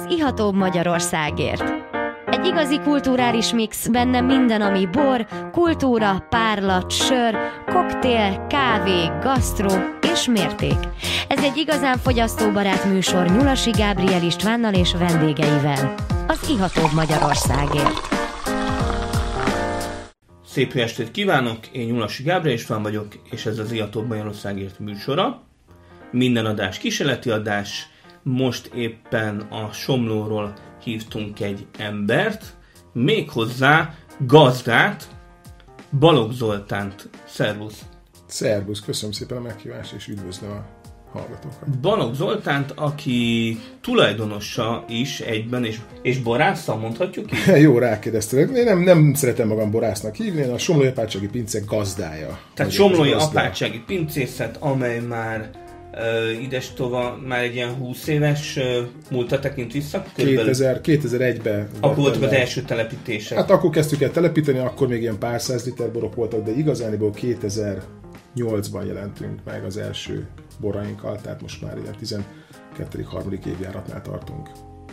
ihatóbb Magyarországért. Egy igazi kulturális mix, benne minden, ami bor, kultúra, párlat, sör, koktél, kávé, gasztró és mérték. Ez egy igazán fogyasztóbarát műsor Nyulasi Gábriel Istvánnal és vendégeivel. Az ihatóbb Magyarországért. Szép jó estét kívánok, én Nyulasi Gábriel István vagyok, és ez az ihatóbb Magyarországért műsora. Minden adás kísérleti adás, most éppen a Somlóról hívtunk egy embert, méghozzá gazdát, Balogh Zoltánt. Szervusz! Szervusz, köszönöm szépen a meghívást, és üdvözlöm a hallgatókat. Balogh Zoltánt, aki tulajdonosa is egyben, és borásza, mondhatjuk így? Jó, rákérdeztem. Én nem szeretem magam borásznak hívni, én a Somlói Apátsági Pince gazdája. Tehát Somlói Apátsági Pincészet, amely már idestova már egy ilyen 20 éves múltra tekint vissza? 2001-ben. Akkor voltak az első telepítések. Hát akkor kezdtük el telepíteni, akkor még ilyen pár száz liter borok voltak, de igazániból 2008-ban jelentünk meg az első borainkkal, tehát most már ilyen 12.-3. évjáratnál tartunk.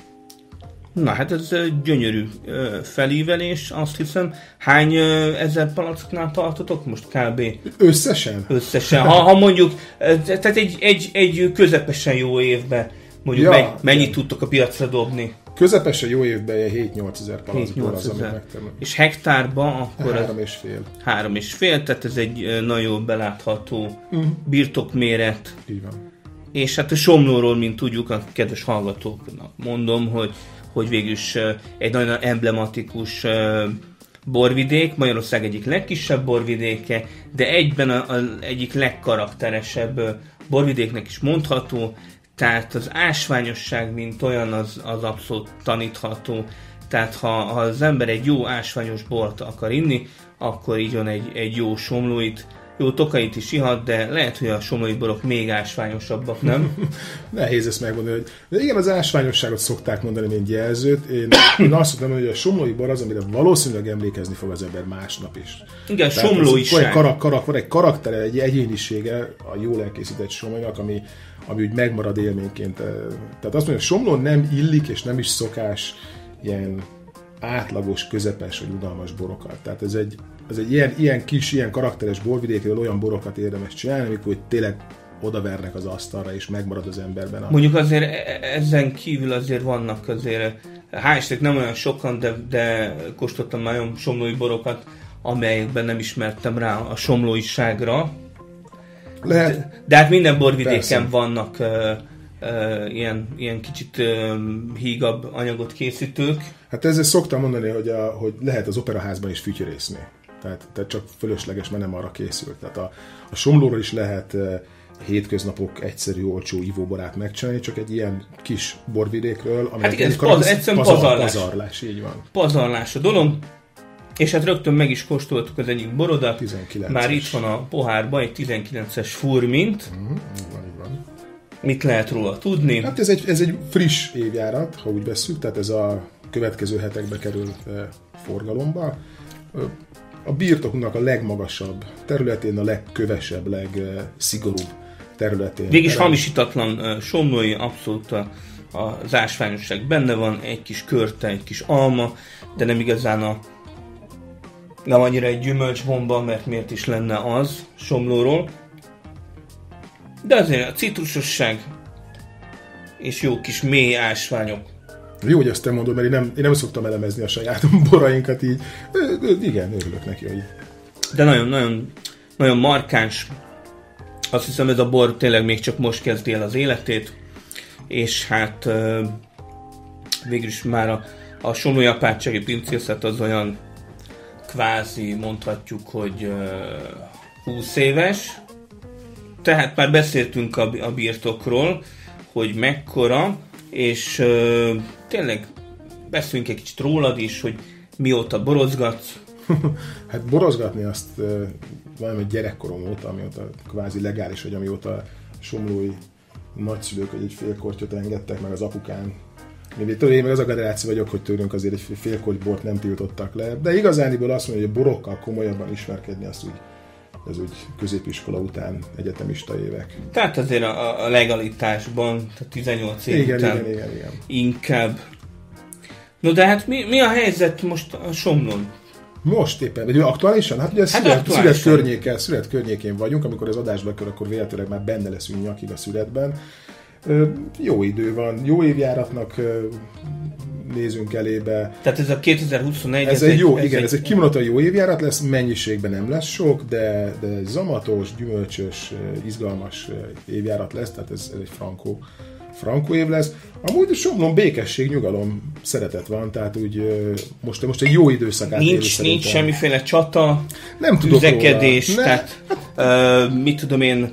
Na hát ez gyönyörű felívelés, azt hiszem. Hány ezer palacknál tartotok most kb? Összesen? Ha mondjuk, tehát egy közepesen jó évben mondjuk mennyit tudtok a piacra dobni? Közepesen jó évben 7-8 ezer palackból az, amit megtermel. És hektárban akkor 3,5. 3,5, tehát ez egy nagyon belátható birtokméret. Így van. És hát a Somlóról, mint tudjuk, a kedves hallgatóknak mondom, hogy végülis egy nagyon emblematikus borvidék, Magyarország egyik legkisebb borvidéke, de egyben az egyik legkarakteresebb borvidéknek is mondható, tehát az ásványosság, mint olyan, az abszolút tanítható. Tehát ha az ember egy jó ásványos bort akar inni, akkor igyon egy jó somlóit, jó tokait is ihat, de lehet, hogy a somlói borok még ásványosabbak, nem? Nehéz ezt megmondani, de igen, az ásványosságot szokták mondani, mint jelzőt. Én azt szoktam, hogy a somlói bor az, amire valószínűleg emlékezni fog az ember másnap is. Igen, somlóiság. Van egy karaktere, egy egyénisége a jól elkészített somlóinak, ami úgy megmarad élményként. Tehát azt mondja, a somlón nem illik, és nem is szokás ilyen átlagos, közepes vagy udalmas borokat. Tehát ez egy ilyen kis, ilyen karakteres borvidékről olyan borokat érdemes csinálni, amikor tényleg odavernek az asztalra, és megmarad az emberben. Mondjuk azért ezen kívül azért vannak azért, hál' Istennek nem olyan sokan, de kóstoltam nagyon somlói borokat, amelyekben nem ismertem rá a somlóiságra. Lehet. De hát minden borvidéken persze vannak ilyen kicsit hígabb anyagot készítők. Hát ezzel szoktam mondani, hogy lehet az operaházban is fütyörészni. Tehát csak fölösleges, mert nem arra készült. Tehát a somlóról is lehet hétköznapok egyszerű, olcsó ivóborát megcsinálni, csak egy ilyen kis borvidékről, amely hát igen, egyszerűen pazarlás, így van. Pazarlás a dolog. És hát rögtön meg is kóstoltuk az egyik borodat. 19-es. Már itt van a pohárban egy 19-es furmint. Így van. Mit lehet róla tudni? Hát ez egy friss évjárat, ha úgy vesszük, tehát ez a következő hetekbe kerül forgalomba. A birtokunknak a legmagasabb területén, a legkövesebb, legszigorúbb területén. Végig hamisítatlan somlói, abszolút az ásványosság benne van, egy kis körte, egy kis alma, de nem igazán nem annyira egy gyümölcsbomba, mert miért is lenne az somlóról. De azért a citrusosság és jó kis mély ásványok. Jó, hogy ezt te mondod, mert én nem szoktam elemezni a saját borainkat így. Igen, örülök neki, hogy... De nagyon, nagyon, nagyon markáns. Azt hiszem, ez a bor tényleg még csak most kezdi el az életét. És hát végülis már a Somlói Apátsági Pincészet az olyan kvázi mondhatjuk, hogy 20 éves. Tehát már beszéltünk a birtokról, hogy mekkora, és tényleg beszéljünk egy kicsit rólad is, hogy mióta borozgatsz. Hát borozgatni azt valami gyerekkorom óta, amióta kvázi legális, vagy amióta somlói nagyszülők, hogy egy félkortyot engedtek meg az apukám. Én meg az a generáció vagyok, hogy tőlünk azért egy félkorty bort nem tiltottak le, de igazániból azt mondja, hogy a borokkal komolyabban ismerkedni, azt úgy ez úgy középiskola után egyetemista évek. Tehát azért a legalitásban, tehát 18 év után igen. inkább. No de hát mi a helyzet most a Somlón? Most éppen, vagy aktuálisan? Hát ugye szület környékén vagyunk, amikor az adásba kerül, akkor véletlenül már benne leszünk nyakig a születben. Jó idő van, jó évjáratnak nézünk elébe. Tehát ez a 2021... Ez egy kimondottan jó évjárat lesz, mennyiségben nem lesz sok, de zamatos, gyümölcsös, izgalmas évjárat lesz, tehát ez egy frankó év lesz. Amúgy a Somlón békesség, nyugalom, szeretet van, tehát úgy most egy jó időszakát nincs semmiféle csata, nem tudok üzekedés, tehát mit tudom én,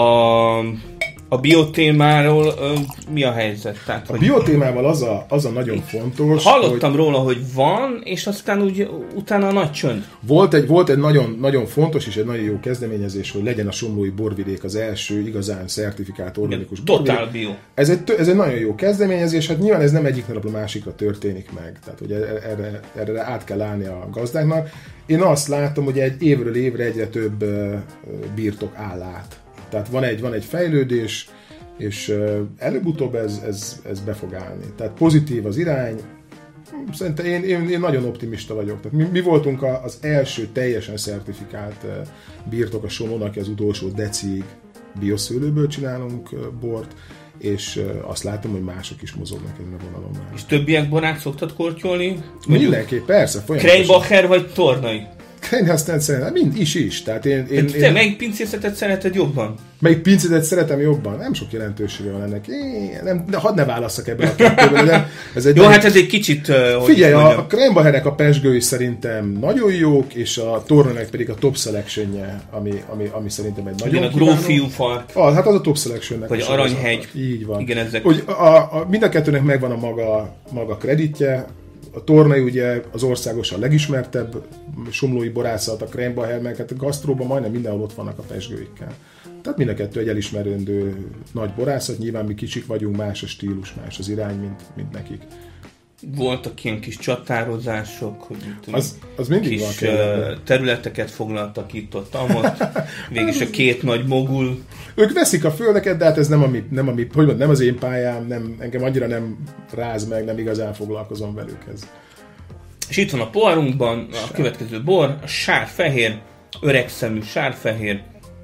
a biotémáról mi a helyzet? Tehát, a biotémával az a nagyon fontos, hallottam róla, hogy van, és aztán úgy utána a nagy csönd. Volt egy nagyon, nagyon fontos és egy nagyon jó kezdeményezés, hogy legyen a somlói borvidék az első igazán szertifikált organikus borvidék. Totál bio. Ez egy nagyon jó kezdeményezés, hát nyilván ez nem egyik napra a másikra történik meg. Tehát, hogy erre át kell állni a gazdáknak. Én azt látom, hogy egy évről évre egyre több birtok áll át. Tehát van egy fejlődés, és előbb-utóbb ez be fog állni. Tehát pozitív az irány. Szerintem én nagyon optimista vagyok. Tehát mi voltunk az első teljesen szertifikált birtok a Somlón, aki az utolsó deciig bioszőlőből csinálunk bort, és azt látom, hogy mások is mozognak ezen a vonalon már. És többiek borát szoktad kortyolni? Mindenképp, persze, folyamatosan. Kreinbacher vagy Tornai? Kreinhasztát szeretem, mind is. Tehát te melyik pincészetet szereted jobban? Melyik pincészetet szeretem jobban? Nem sok jelentősége van ennek. De hadd ne válasszak ebben a kettőből. Hát ez egy kicsit... Figyelj, a Kreinbacherek a pezsgői szerintem nagyon jók, és a Tornainak pedig a top selection-je, ami szerintem egy nagyon kívánó. A Grófiú Fark. Hát az a top selection-nek. Vagy Aranyhegy. Így van. Igen, ezek. Hogy mind a kettőnek megvan a maga kreditje. A Tornai ugye az országosan legismertebb somlói borászat, a Kreinbacher, meg hát a gasztróban majdnem mindenhol ott vannak a pezsgőikkel. Tehát mind a kettő egy elismerendő nagy borászat, nyilván mi kicsik vagyunk, más a stílus, más az irány, mint nekik. Voltak ilyen kis csatározások, hogy az mindig kis van területeket foglaltak itt-ott, végülis a két nagy mogul. Ők veszik a földeket, de hát ez nem az én pályám, engem annyira nem ráz meg, nem igazán foglalkozom velük ez. És itt van a poharunkban a következő bor, a sárfehér, öregszemű sárfehér,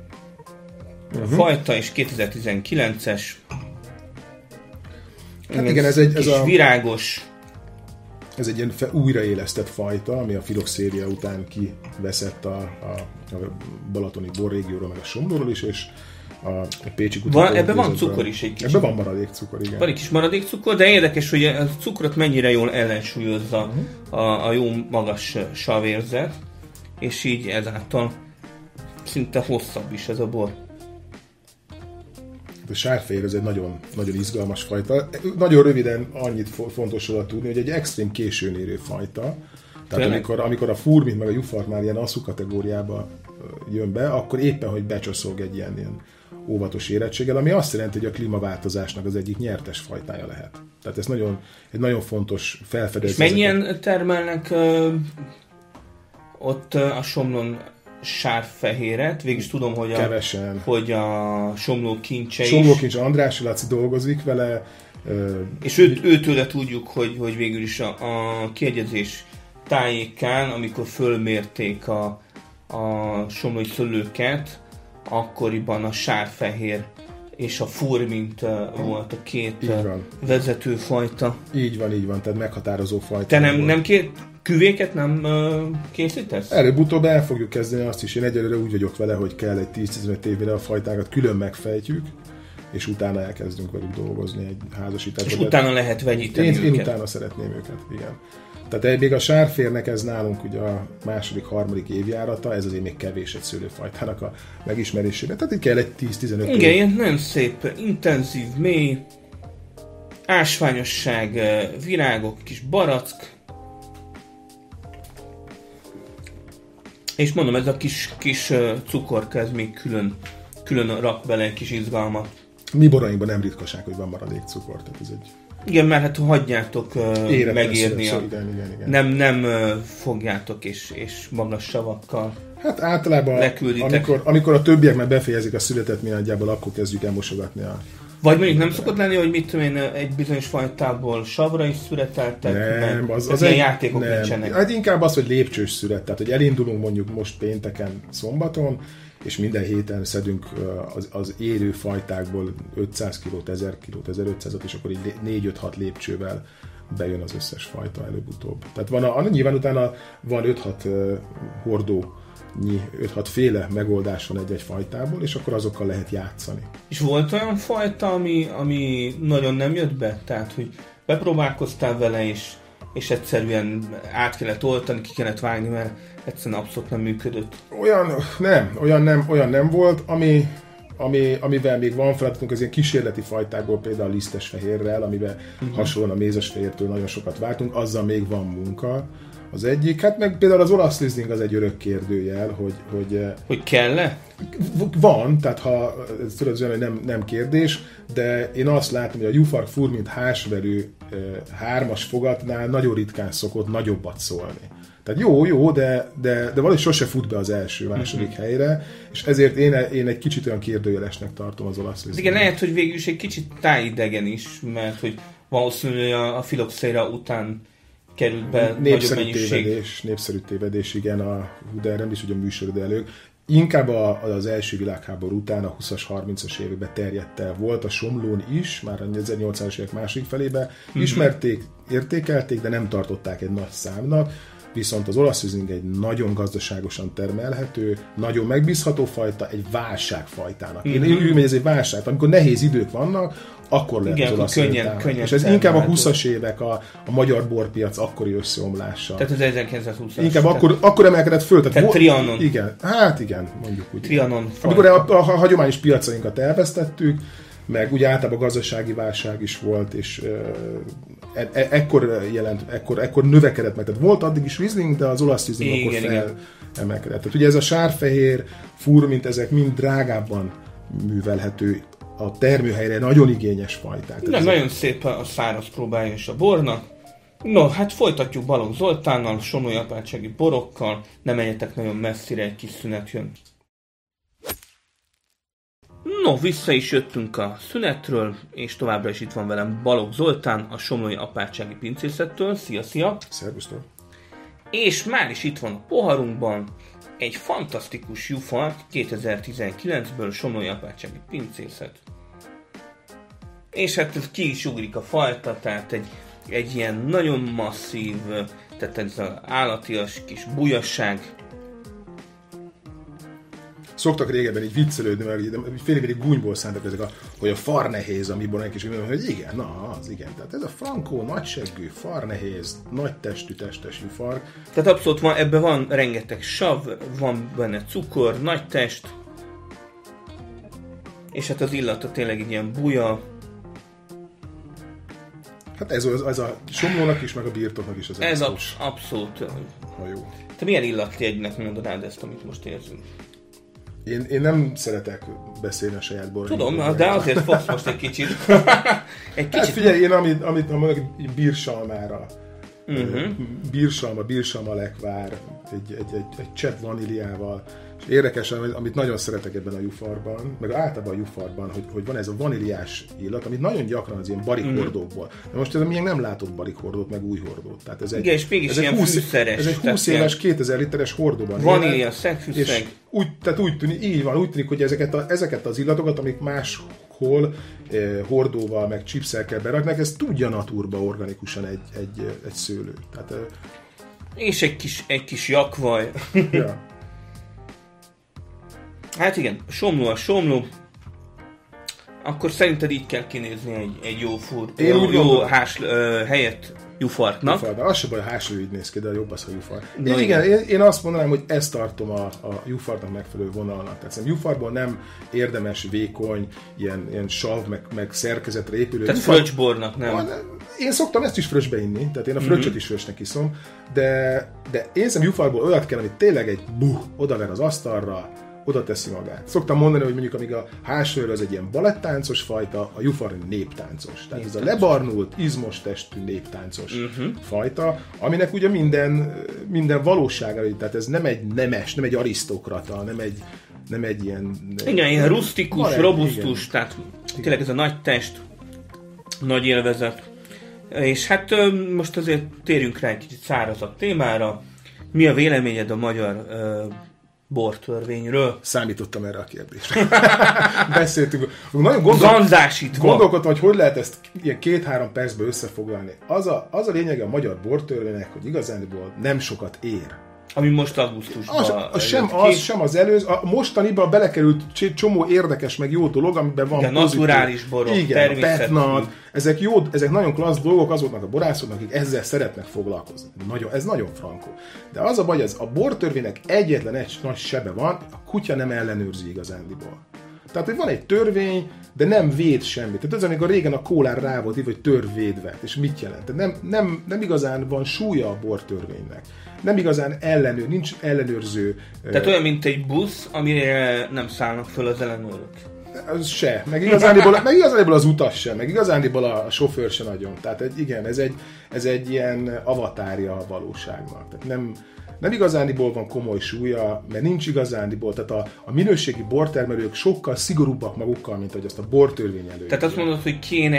a fajta is 2019-es. Hát igen, ez a virágos. Ez egy ilyen újraélesztett fajta, ami a filoxéria után kiveszett a balatoni borrégióról, meg a Somlóról is, és a pécsi kutató. Ebben van cukor is egy kicsit. Ebben van maradék cukor, igen. Van egy kis maradék cukor, de érdekes, hogy a cukrot mennyire jól ellensúlyozza a jó magas savérzet, és így ezáltal szinte hosszabb is ez a bor. A sárfehér ez egy nagyon, nagyon izgalmas fajta. Nagyon röviden annyit fontos róla tudni, hogy egy extrém későn érő fajta. Tehát amikor a furmint meg a jufart már ilyen asszú kategóriába jön be, akkor éppen, hogy becsoszog egy ilyen óvatos érettséggel, ami azt jelenti, hogy a klímaváltozásnak az egyik nyertes fajtája lehet. Tehát ez egy nagyon fontos felfedezni. És mennyien termelnek ott a Somlón sárfehéret? Végülis tudom, hogy hogy a Somló Kincse is. Somló Kincse, Andrássy Laci dolgozik vele. És őtőle tudjuk, hogy végül is a kiegyezés tájékán, amikor fölmérték a somlói szőlőket, akkoriban a sárfehér és a furmint volt a két vezetőfajta. Így van, tehát meghatározó fajta. Te nem küvéket nem készítesz? Előbb-utóbb el fogjuk kezdeni azt is. Én egyelőre úgy vagyok vele, hogy kell egy 10-15 évre a fajtákat külön megfejtjük, és utána elkezdünk velük dolgozni egy házasításban. És utána lehet vegyíteni őket. Én utána szeretném őket, igen. Tehát még a sárférnek ez nálunk ugye a második-harmadik évjárata, ez azért még kevés egy szőlőfajtának a megismerésére. Tehát itt kell egy 10-15 év. Igen, ilyen nagyon szép, intenzív, mély, ásványosság, virágok, kis barack. És mondom, ez a kis cukorka, ez még külön rak bele egy kis izgalmat. Mi borainkban nem ritkaság, hogy van maradék cukor, tehát ez egy... Igen, mert hát hagyjátok megérni. Igen. Nem fogjátok és magas savakkal Hát általában, amikor a többiek már befejezik a születet, mi nagyjából akkor kezdjük el mosogatni a... Vagy mondjuk nem szokott lenni, hogy mit tudom én, egy bizonyos fajtából savra is születeltek? Nem, az ilyen játékok nem. nincsenek. Hát inkább az, hogy lépcsős szület. Tehát, hogy elindulunk mondjuk most pénteken, szombaton, és minden héten szedünk az érő fajtákból 500 kilót, 1000 kilót, 1500-ot, és akkor így 4-5-6 lépcsővel bejön az összes fajta előbb-utóbb. Tehát nyilván utána van 5-6 hordó, 5-6 féle megoldás van egy-egy fajtából, és akkor azokkal lehet játszani. És volt olyan fajta, ami nagyon nem jött be? Tehát, hogy bepróbálkoztál vele, és egyszerűen át kellett oltani, ki kellett vágni, mert egyszerűen abszolút nem működött? Olyan nem volt, amivel még van feladatunk, az ilyen kísérleti fajtákból, például a lisztes fehérrel, amiben hasonlóan a mézes fehértől nagyon sokat váltunk, azzal még van munka. Az egyik, hát meg például az olasz Riesling az egy örök kérdőjel, hogy kell-e? Van, tehát ha tudod, hogy nem kérdés, de én azt látom, hogy a Jufark Furmint házverő 3-as fogatnál nagyon ritkán szokott nagyobbat szólni. Tehát jó, de valahogy sose fut be az első-második helyre, és ezért én egy kicsit olyan kérdőjelesnek tartom az olasz Riesling. Igen, lehet, hogy végül is egy kicsit tájidegen is, mert hogy valószínűleg a Phylloxera után került be nagyobb mennyiség. Népszerű tévedés, igen, de nem is ugye a műsoridő elők. Inkább az első világháború után, a 20-as, 30-as években terjedt el. Volt a Somlón is, már a 1800-as évek második felében. Ismerték, értékelték, de nem tartották egy nagy számnak. Viszont az olasz Riesling egy nagyon gazdaságosan termelhető, nagyon megbízható fajta, egy válságfajtának. Én úgy mondom, hogy ez egy válság. Amikor nehéz idők vannak, akkor lehet az olasz könnyen. És ez inkább a 20-as évek, a magyar borpiac akkori összeomlása. Tehát az 1920-as. Inkább akkor emelkedett föl. Tehát Trianon. Igen, mondjuk úgy. Trianon. Amikor a hagyományos piacainkat elvesztettük, meg ugye általában gazdasági válság is volt, és ekkor növekedett meg. Tehát volt addig is Riesling, de az olasz Riesling akkor felemelkedett. Tehát ugye ez a sárfehér, Furmint, ezek mind drágábban művelhető, a termőhelyre nagyon igényes fajták. Nagyon szép a száraz próbája is a bornak. No, hát folytatjuk Balogh Zoltánnal, somlói-apátsági borokkal, ne menjetek nagyon messzire, egy kis szünet jön. No, vissza is jöttünk a szünetről, és továbbra is itt van velem Balogh Zoltán, a somlói-apátsági pincészettől. Szia! Szervusztok! És már is itt van a poharunkban egy fantasztikus Jufark 2019-ből, somlói-apátsági pincészet. És hát ez ki is ugrik a fajta, tehát egy ilyen nagyon masszív, tehát ez az állatias kis bujasság. Szoktak régebben így viccelődni, mert fél évig gúnyból szántak ezek, hogy a farnehéz, amiből egy kis hogy igen, igen. Tehát ez a frankó, nagyseggű, farnehéz, nagy testű, testes Jufark. Tehát abszolút ebben van rengeteg sav, van benne cukor, nagy test, és hát az illata tényleg egy ilyen buja. Hát ez a somlónak is, meg a birtoknak is az ez abszolút. Ha jó. Te milyen illatjegynek mondanád ezt, amit most érzünk? Én nem szeretek beszélni a saját borraimról. Tudom, de azért fogsz most egy kicsit. Hát figyelj, én amit mondok, egy bírsalmára. Bírsalma lekvár, egy csepp vaníliával. És érdekes, amit nagyon szeretek ebben a Jufarkban, meg általában a Jufarkban, hogy van ez a vaníliás illat, amit nagyon gyakran az ilyen barikhordókból. De most ez milyen nem látott barikhordót, meg új hordót. Tehát ez igen, és mégis ilyen fűszeres. Ez egy 20 éves, 2000 literes hordóban. Vanília, szegfűszeg. Úgy tűnik, hogy ezeket az illatokat, amik máshol hordóval, meg chipszel kell beraknak, ez tudja naturba organikusan egy szőlő. Tehát, és egy kis jakvaj. Ja. Hát igen, a somló. Akkor szerinted így kell kinézni egy jó helyett Jufarknak. Az sem baj, a háslő így néz ki, de jobb az, ha Jufark. Én azt mondanám, hogy ezt tartom a Jufarknak megfelelő vonalnak. Tehát szerintem Jufarkból nem érdemes vékony, ilyen sav, meg szerkezetre épülő. Tehát fröccsbornak nem. Én szoktam ezt is fröccsbe inni, tehát én a fröccsöt is fröccsnek iszom, de én szerintem Jufarkból olyat kell, amit tényleg egy odaver az asztalra, oda teszi magát. Szoktam mondani, hogy mondjuk amíg a hársőr az egy ilyen balettáncos fajta, a jufarin néptáncos. Tehát ez a lebarnult, izmos testű néptáncos fajta, aminek ugye minden valósága, tehát ez nem egy nemes, nem egy arisztokrata, nem egy ilyen... Igen, ilyen rusztikus, robusztus, tehát tényleg ez a nagy test, nagy élvezet. És hát most azért térjünk rá egy kicsit szárazabb témára. Mi a véleményed a magyar bortörvényről? Számítottam erre a kérdésre. Beszéltünk. Nagyon gondolkodtam, hogy lehet ezt ilyen 2-3 percben összefoglalni. Az a lényege a magyar bortörvénynek, hogy igazából nem sokat ér. Ami most augusztusban. Sem az előző. A mostaniban belekerült csomó érdekes, meg jó dolog, amiben van pozitív. Naturális borok, természetű. Ezek nagyon klassz dolgok azoknak a borászoknak, akik ezzel szeretnek foglalkozni. Ez nagyon frankó. De az a baj, a bortörvénynek egyetlen egy nagy sebe van, a kutya nem ellenőrzi igazándiból. Tehát, hogy van egy törvény, de nem véd semmit. Tehát az, amikor régen a kólár rá volt írva, hogy törvédve. És mit jelent? Tehát nem igazán van súlya a bortörvénynek. Nem igazán nincs ellenőrző. Tehát olyan, mint egy busz, amire nem szállnak föl az ellenőrök. Az se. Meg igazándiból az utas sem. Meg igazándiból a sofőr se nagyon. Tehát igen, ez egy ilyen avatárja a valóságnak. Tehát nem igazándiból van komoly súlya, mert nincs igazándiból, tehát a minőségi bortermelők sokkal szigorúbbak magukkal, mint hogy azt a bortörvény előírja. Tehát azt mondod, hogy kéne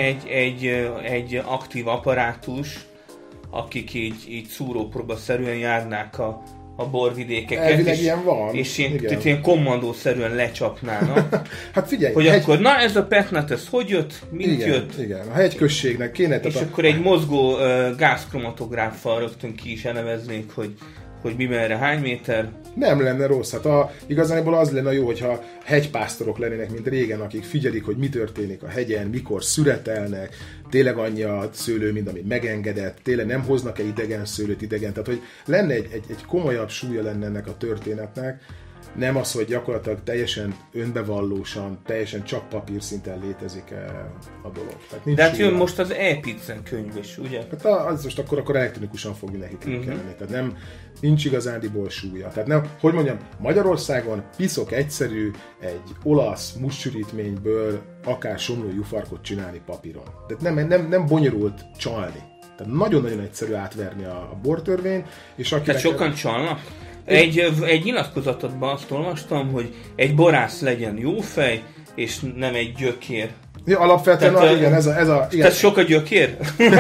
egy aktív apparátus, akik így szúrópróbaszerűen járnák a borvidékeket. Elvileg ilyen van. És ilyen kommandószerűen lecsapnának. Hát figyelj. Hogy akkor, na ez a petnat, ez hogy jött? Mint jött? Igen, a hegyközségnek kéne. És akkor egy mozgó gázkromatográffal rögtön ki is eleveznék, hogy mi merre, hány méter. Nem lenne rossz. Hát igazából az lenne jó, hogyha hegypásztorok lennének, mint régen, akik figyelik, hogy mi történik a hegyen, mikor szüretelnek, tényleg annyi a szőlő, mint ami megengedett, tényleg nem hoznak-e idegen szőlőt idegen. Tehát, hogy lenne egy komolyabb súlya lenne ennek a történetnek, nem az, hogy gyakorlatilag teljesen önbevallósan, teljesen csak papírszinten létezik a dolog. De hát jön most az e-pizzen könyv is, ugye? Hát az most akkor elektronikusan fog mindenkit kelleni. Tehát nincs igazándiból súlya. Tehát nem, hogy mondjam, Magyarországon piszok egyszerű egy olasz mussürítményből akár somló jufarkot csinálni papíron. Tehát nem bonyolult csalni. Tehát nagyon-nagyon egyszerű átverni a bortörvényt. Tehát sokan csalnak? Egy nyilatkozatodban azt olvastam, hogy egy borász legyen jófej, és nem egy gyökér. Ja, alapvetően igen, ez a... Igen. Tehát sok a gyökér?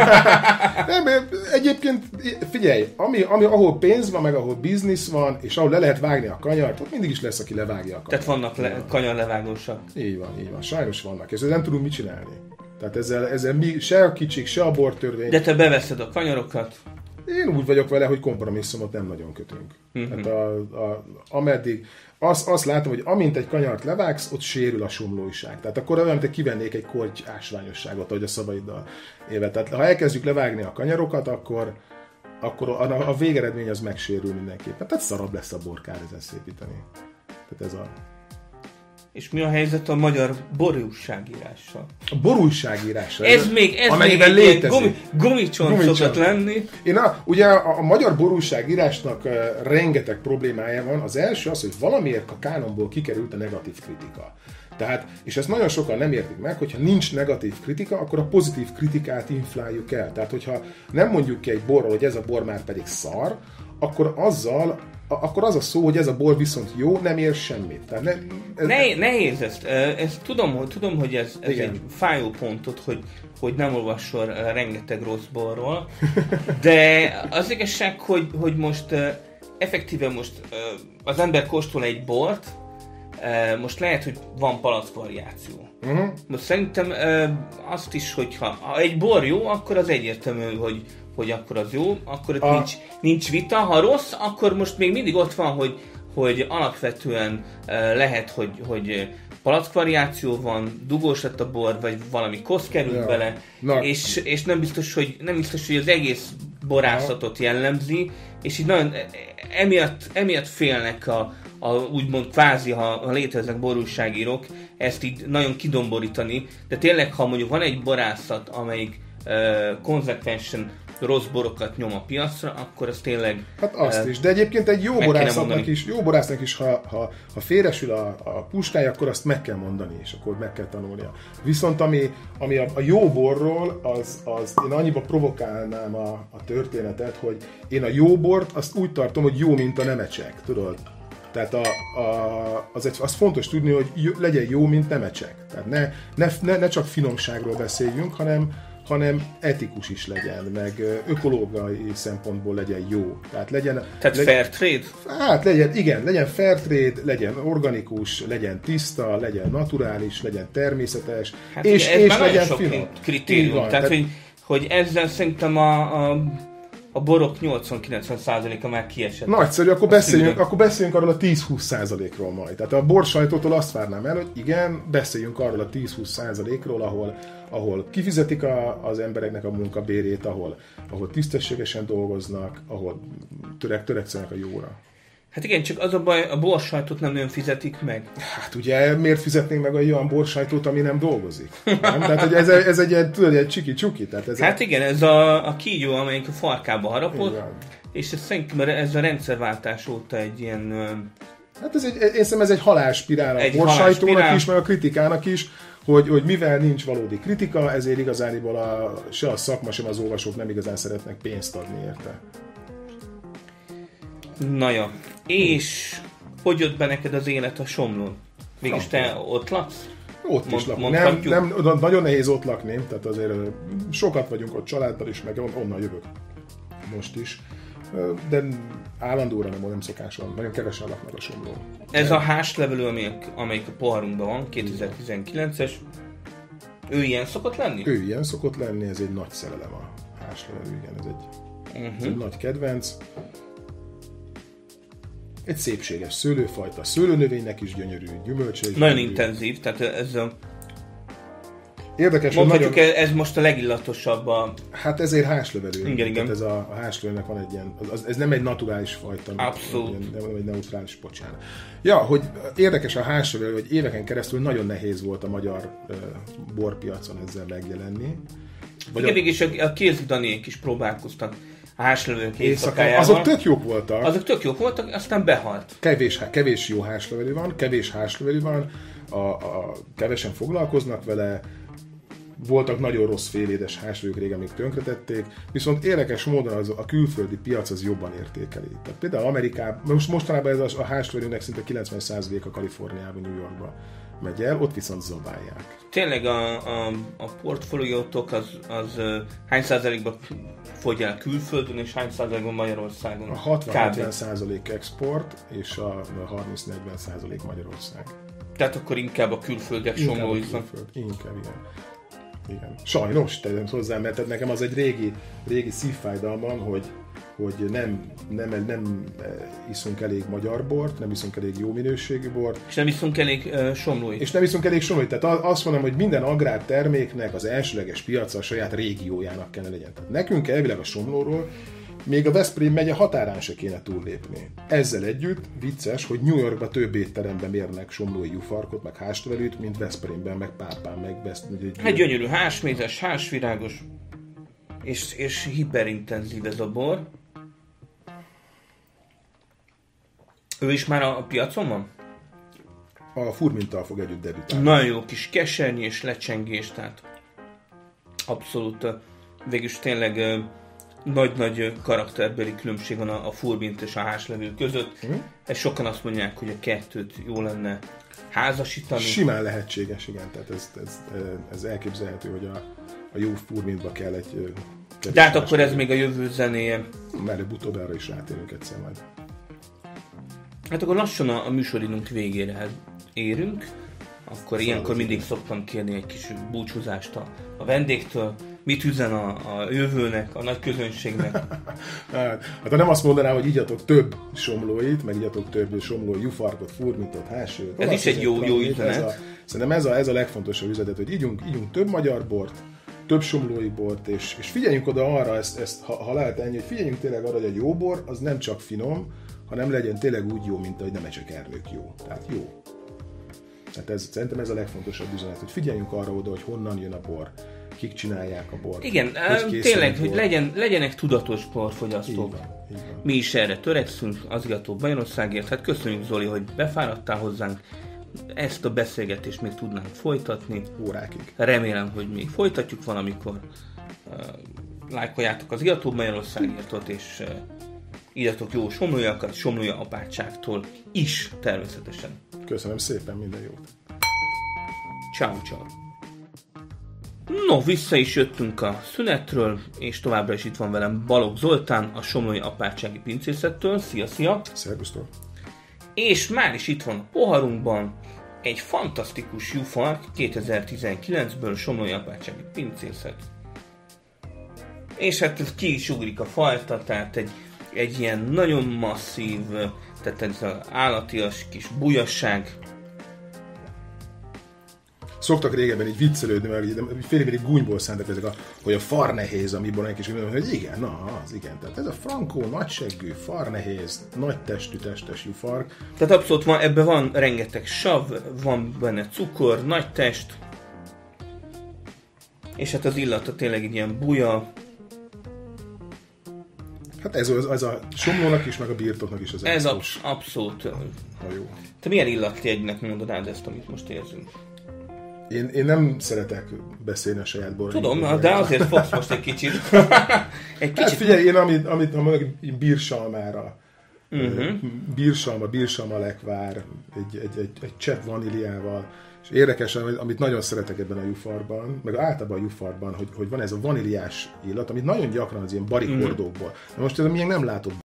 Nem, egyébként figyelj, ahol pénz van, meg ahol biznisz van, és ahol le lehet vágni a kanyart, ott mindig is lesz, aki levágja a kanyart. Tehát vannak kanyarlevágósak. Így van, sajnos vannak, és ezzel nem tudunk mit csinálni. Tehát ezzel se a kicsik, se a bortörvény. De te beveszed a kanyarokat? Én úgy vagyok vele, hogy kompromisszumot nem nagyon kötünk. Tehát ameddig azt látom, hogy amint egy kanyart levágsz, ott sérül a somlóiság. Tehát akkor olyan, mint kivennék egy korty ásványosságot, ahogy a szavaiddal élve. Tehát ha elkezdjük levágni a kanyarokat, akkor a végeredmény az megsérül mindenképpen. Tehát szarabb lesz a borkár ezen szépíteni. Tehát ez a... És mi a helyzet a magyar borújságírással? A borújságírással? Ez még egy gumicsont szokott lenni. Ugye a magyar borújságírásnak rengeteg problémája van. Az első az, hogy valamiért a kánonból kikerült a negatív kritika. Tehát, és ezt nagyon sokan nem értik meg, hogyha nincs negatív kritika, akkor a pozitív kritikát infláljuk el. Tehát, hogyha nem mondjuk ki egy borról, hogy ez a bor már pedig szar, akkor az a szó, hogy ez a bor viszont jó, nem ér semmit. Tehát nehéz ezt. Ezt tudom, hogy ez egy fájó pontot, hogy nem olvasol rengeteg rossz borról, de az igazság, hogy most effektíve az ember kóstol egy bort, most lehet, hogy van palackvariáció. Most szerintem azt is, hogyha egy bor jó, akkor az egyértelmű, hogy akkor az jó, akkor nincs vita. Ha rossz, akkor most még mindig ott van, hogy alapvetően lehet, hogy palackvariáció van, dugós lett a bor, vagy valami kosz került bele, és nem biztos, hogy az egész borászatot jellemzi, és így nagyon emiatt félnek a úgymond kvázi, ha léteznek borúságírók, ezt így nagyon kidomborítani, de tényleg, ha mondjuk van egy borászat, amelyik konzekvensen rossz borokat nyom a piacra, akkor az tényleg... Hát azt is, de egyébként egy jó borásznak is, ha félresül a puskája, akkor azt meg kell mondani, és akkor meg kell tanulnia. Viszont ami a jó borról, az én annyiba provokálnám a történetet, hogy én a jó bort azt úgy tartom, hogy jó, mint a nemecsek, tudod? Tehát az fontos tudni, hogy legyen jó, mint nemecsek. Tehát ne csak finomságról beszéljünk, hanem etikus is legyen, meg ökológiai szempontból legyen jó. Tehát legyen fair trade? Hát legyen fair trade, legyen organikus, legyen tiszta, legyen naturális, legyen természetes, hát és legyen finom. Kritérium. Van, tehát hogy ezzel szerintem a borok 80-90%-a már kiesett. Nagyszerű, akkor beszéljünk arról a 10-20%-ról majd. Tehát a borsajtótól azt várnám el, hogy igen, beszéljünk arról a 10-20%-ról, ahol kifizetik az embereknek a munkabérét, ahol tisztességesen dolgoznak, ahol törekszenek a jóra. Hát igen, csak az a baj, a borsajtót nem nagyon fizetik meg. Hát ugye miért fizetnénk meg olyan borsajtót, ami nem dolgozik? Nem? Tehát hogy ez egy csiki-csuki. Hát igen, ez a kígyó, amelyik a farkába harapott, és ez szerintem ez a rendszerváltás óta egy ilyen... Hát én szerintem ez egy halálspirál a borsajtónak is, meg a kritikának is, hogy mivel nincs valódi kritika, ezért igazániból se a szakma, sem az olvasók nem igazán szeretnek pénzt adni érte. Na ja, és hogy jött be neked az élet a Somlón? Mégis te ott laksz? Ott is lakunk. Nem, nagyon nehéz ott lakni, tehát azért sokat vagyunk ott családdal is, meg onnan jövök most is. De állandóra nem szokáson, nagyon kevesen laknak a Somlón. Ez a házlevelő, amelyik a poharunkban van, 2019-es, ő ilyen szokott lenni? Ő ilyen szokott lenni, ez egy nagy szerelem a házlevelő, igen, ez egy nagy kedvenc. Egy szépséges szőlőfajta, szőlőnövénynek is gyönyörű, gyümölcse is nagyon gyönyörű. intenzív, tehát ez a... Érdekes, mondhatjuk, hogy ez most a legillatosabb a... Hát ezért házlevelő. Igen. Tehát ez a házlevelőnek van egy ilyen... Ez nem egy naturális fajta. Abszolút. Nem egy neutrális, bocsánat. Ja, hogy érdekes a házlevelő, hogy éveken keresztül nagyon nehéz volt a magyar borpiacon ezzel megjelenni. Igen, mégis a Kézi Daniék is próbálkoztak a házlevelők éjszakájával. Azok tök jók voltak. Aztán behalt. Kevés jó házlevelő van, kevesen foglalkoznak vele, voltak nagyon rossz félédes házlevelők régen, amik tönkretették, viszont érdekes módon a külföldi piac az jobban értékeli. Tehát például Amerikában, mostanában ez a házlevelőnek szinte 90%-a Kaliforniában, New Yorkban megy el, ott viszont zabálják. Tényleg a portfóliótok az hány százalékban fogy el külföldön, és hány százalékban Magyarországon? A 60-70% export, és a 30-40% Magyarország. Tehát akkor inkább a külföldiek somlóiznak. Inkább, igen. Sajnos tegyem hozzá, mert nekem az egy régi szívfájdalmam, hogy nem iszunk elég magyar bort, nem iszunk elég jó minőségű bort. És nem iszunk elég somlóit. Tehát azt mondom, hogy minden agrárterméknek az elsőleges piaca a saját régiójának kellene legyen. Tehát nekünk elvileg a Somlóról még a Veszprém megye határán se kéne túllépni. Ezzel együtt vicces, hogy New Yorkban több étteremben mérnek somlói jufarkot, meg házlevelőt, mint Veszprémben, meg Pápán, meg Hát gyönyörű, házmézes, házvirágos, és hiperintenzív ez a bor. Ő is már a piacon van? A Furminttal fog együtt debütálni. Nagyon jó kis kesernyés, lecsengés, tehát abszolút végülis tényleg nagy karakterbeli különbség van a Furmint és a házlevő között. Sokan azt mondják, hogy a kettőt jó lenne házasítani. Simán lehetséges, igen. Tehát ez elképzelhető, hogy a jó Furmintba kell egy... De hát akkor ez még a jövő zenéje. Előbb-utóbb erre is rátérünk egyszer majd. Hát akkor lassan a műsoridőnk végére érünk. Akkor ilyenkor mindig szoktam kérni egy kis búcsúzást a vendégtől. Mit üzen a jövőnek, a nagy közönségnek? Hát ha nem azt mondanám, hogy igyatok több somlóit, meg igyatok több somlói jufarkot, Furmintot, házsőt. Ez is egy jó üzenet. Szerintem ez a legfontosabb üzenet, hogy ígyunk több magyar bort, több somlói bort, és figyeljünk oda arra, ezt ha lehet ennyi, hogy figyeljünk tényleg arra, hogy a jó bor az nem csak finom, hanem legyen tényleg úgy jó, mint ahogy Nemecsek Ernők jó. Tehát jó. Tehát szerintem ez a legfontosabb üzenet, hogy figyeljünk arra oda, hogy honnan jön a bor, kik csinálják a bort. Igen, tényleg, hogy legyenek tudatos borfogyasztók. Így van. Mi is erre törekszünk, az Igatóbb Magyarországért. Hát köszönjük, Zoli, hogy befáradtál hozzánk. Ezt a beszélgetést még tudnánk folytatni. Órákig. Remélem, hogy még folytatjuk valamikor. Lájkoljátok az Igatóbb Magyarországért, és írjatok jó somlójakat, Somlója apátságtól is természetesen. Köszönöm szépen, minden jót. Ciao, ciao. No, vissza is jöttünk a szünetről, és továbbra is itt van velem Balogh Zoltán, a Somlói Apátsági Pincészettől. Szia! Szervusztok! És már is itt van a poharunkban egy fantasztikus jufark 2019-ből, Somlói Apátsági Pincészet. És hát ez ki is ugrik a fajta, tehát egy ilyen nagyon masszív, tehát ez az állatias kis bujasság. Szoktak régebben így viccelődni, mert félig pedig gúnyból szántak ezek, hogy a farnehéz, amiből egy kis mondom, hogy igen, az igen. Tehát ez a frankó, nagyseggű, farnehéz, nagy testű, testes jufark. Tehát abszolút ebben van rengeteg sav, van benne cukor, nagy test, és hát az illata tényleg egy ilyen buja. Hát ez a somlónak is, meg a birtoknak is az ez abszolút. Jó. Te milyen illatjegynek mondanád ezt, amit most érzünk? Én nem szeretek beszélni a saját borról. Tudom, de azért fogsz most egy kicsit. Hát figyelj, én amit bírsalmára, bírsalma lekvár, egy csepp vaníliával, és érdekes, amit nagyon szeretek ebben a jufarban, meg általában a jufarban, hogy van ez a vaníliás illat, amit nagyon gyakran az ilyen barikordókból. Most ez még nem látott